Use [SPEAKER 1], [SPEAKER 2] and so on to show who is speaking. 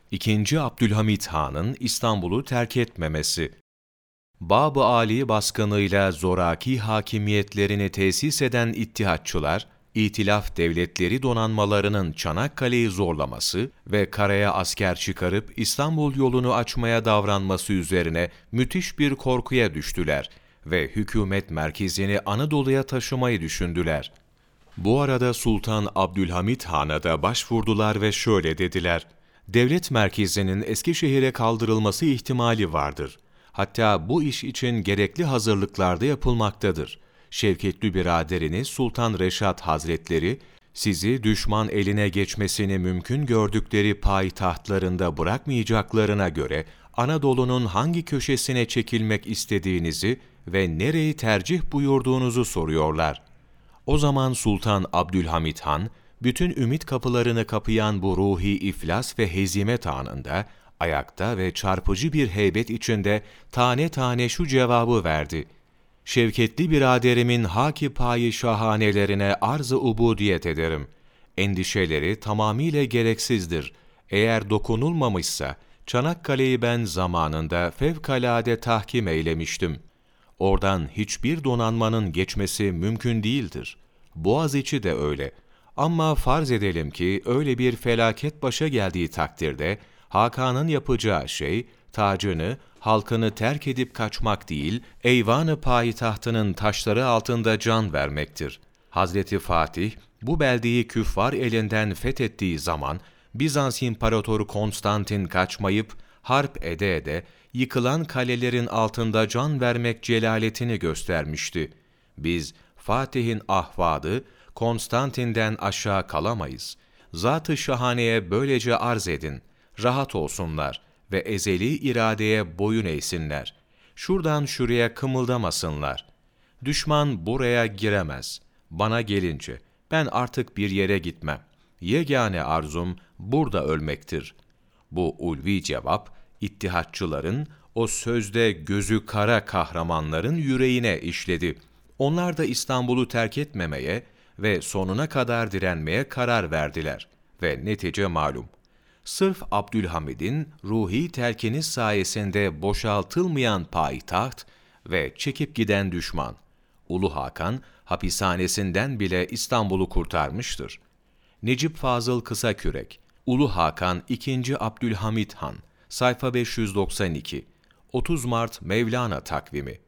[SPEAKER 1] II. Abdülhamit Han'ın İstanbul'u terk etmemesi. Bab-ı Âli baskınıyla zoraki hakimiyetlerini tesis eden İttihatçılar, İtilaf devletleri donanmalarının Çanakkale'yi zorlaması ve karaya asker çıkarıp İstanbul yolunu açmaya davranması üzerine müthiş bir korkuya düştüler ve hükümet merkezini Anadolu'ya taşımayı düşündüler. Bu arada Sultan Abdülhamit Han'a da başvurdular ve şöyle dediler: devlet merkezinin Eskişehir'e kaldırılması ihtimali vardır. Hatta bu iş için gerekli hazırlıklar da yapılmaktadır. Şevketli biraderiniz Sultan Reşat Hazretleri, sizi düşman eline geçmesini mümkün gördükleri payitahtlarında bırakmayacaklarına göre, Anadolu'nun hangi köşesine çekilmek istediğinizi ve nereyi tercih buyurduğunuzu soruyorlar. O zaman Sultan Abdülhamit Han, bütün ümit kapılarını kapayan bu ruhi iflas ve hezimet anında, ayakta ve çarpıcı bir heybet içinde tane tane şu cevabı verdi: Şevketli biraderimin haki payı şahanelerine arz-ı ubudiyet ederim. Endişeleri tamamiyle gereksizdir. Eğer dokunulmamışsa, Çanakkale'yi ben zamanında fevkalade tahkim eylemiştim. Oradan hiçbir donanmanın geçmesi mümkün değildir. Boğaziçi de öyle. Ama farz edelim ki öyle bir felaket başa geldiği takdirde, Hakan'ın yapacağı şey, tacını, halkını terk edip kaçmak değil, eyvan-ı payitahtının taşları altında can vermektir. Hazreti Fatih, bu beldeyi küffar elinden fethettiği zaman, Bizans İmparatoru Konstantin kaçmayıp, harp ede ede, yıkılan kalelerin altında can vermek celaletini göstermişti. Biz, Fatih'in ahvadı, Konstantin'den aşağı kalamayız. Zat-ı şahaneye böylece arz edin, rahat olsunlar ve ezeli iradeye boyun eğsinler. Şuradan şuraya kımıldamasınlar. Düşman buraya giremez. Bana gelince, ben artık bir yere gitmem. Yegane arzum burada ölmektir. Bu ulvi cevap, İttihatçıların, o sözde gözü kara kahramanların yüreğine işledi. Onlar da İstanbul'u terk etmemeye ve sonuna kadar direnmeye karar verdiler. Ve netice malum. Sırf Abdülhamid'in ruhi telkini sayesinde boşaltılmayan payitaht ve çekip giden düşman, Ulu Hakan hapishanesinden bile İstanbul'u kurtarmıştır. Necip Fazıl Kısakürek, Ulu Hakan II. Abdülhamit Han, sayfa 592, 30 Mart Mevlana takvimi.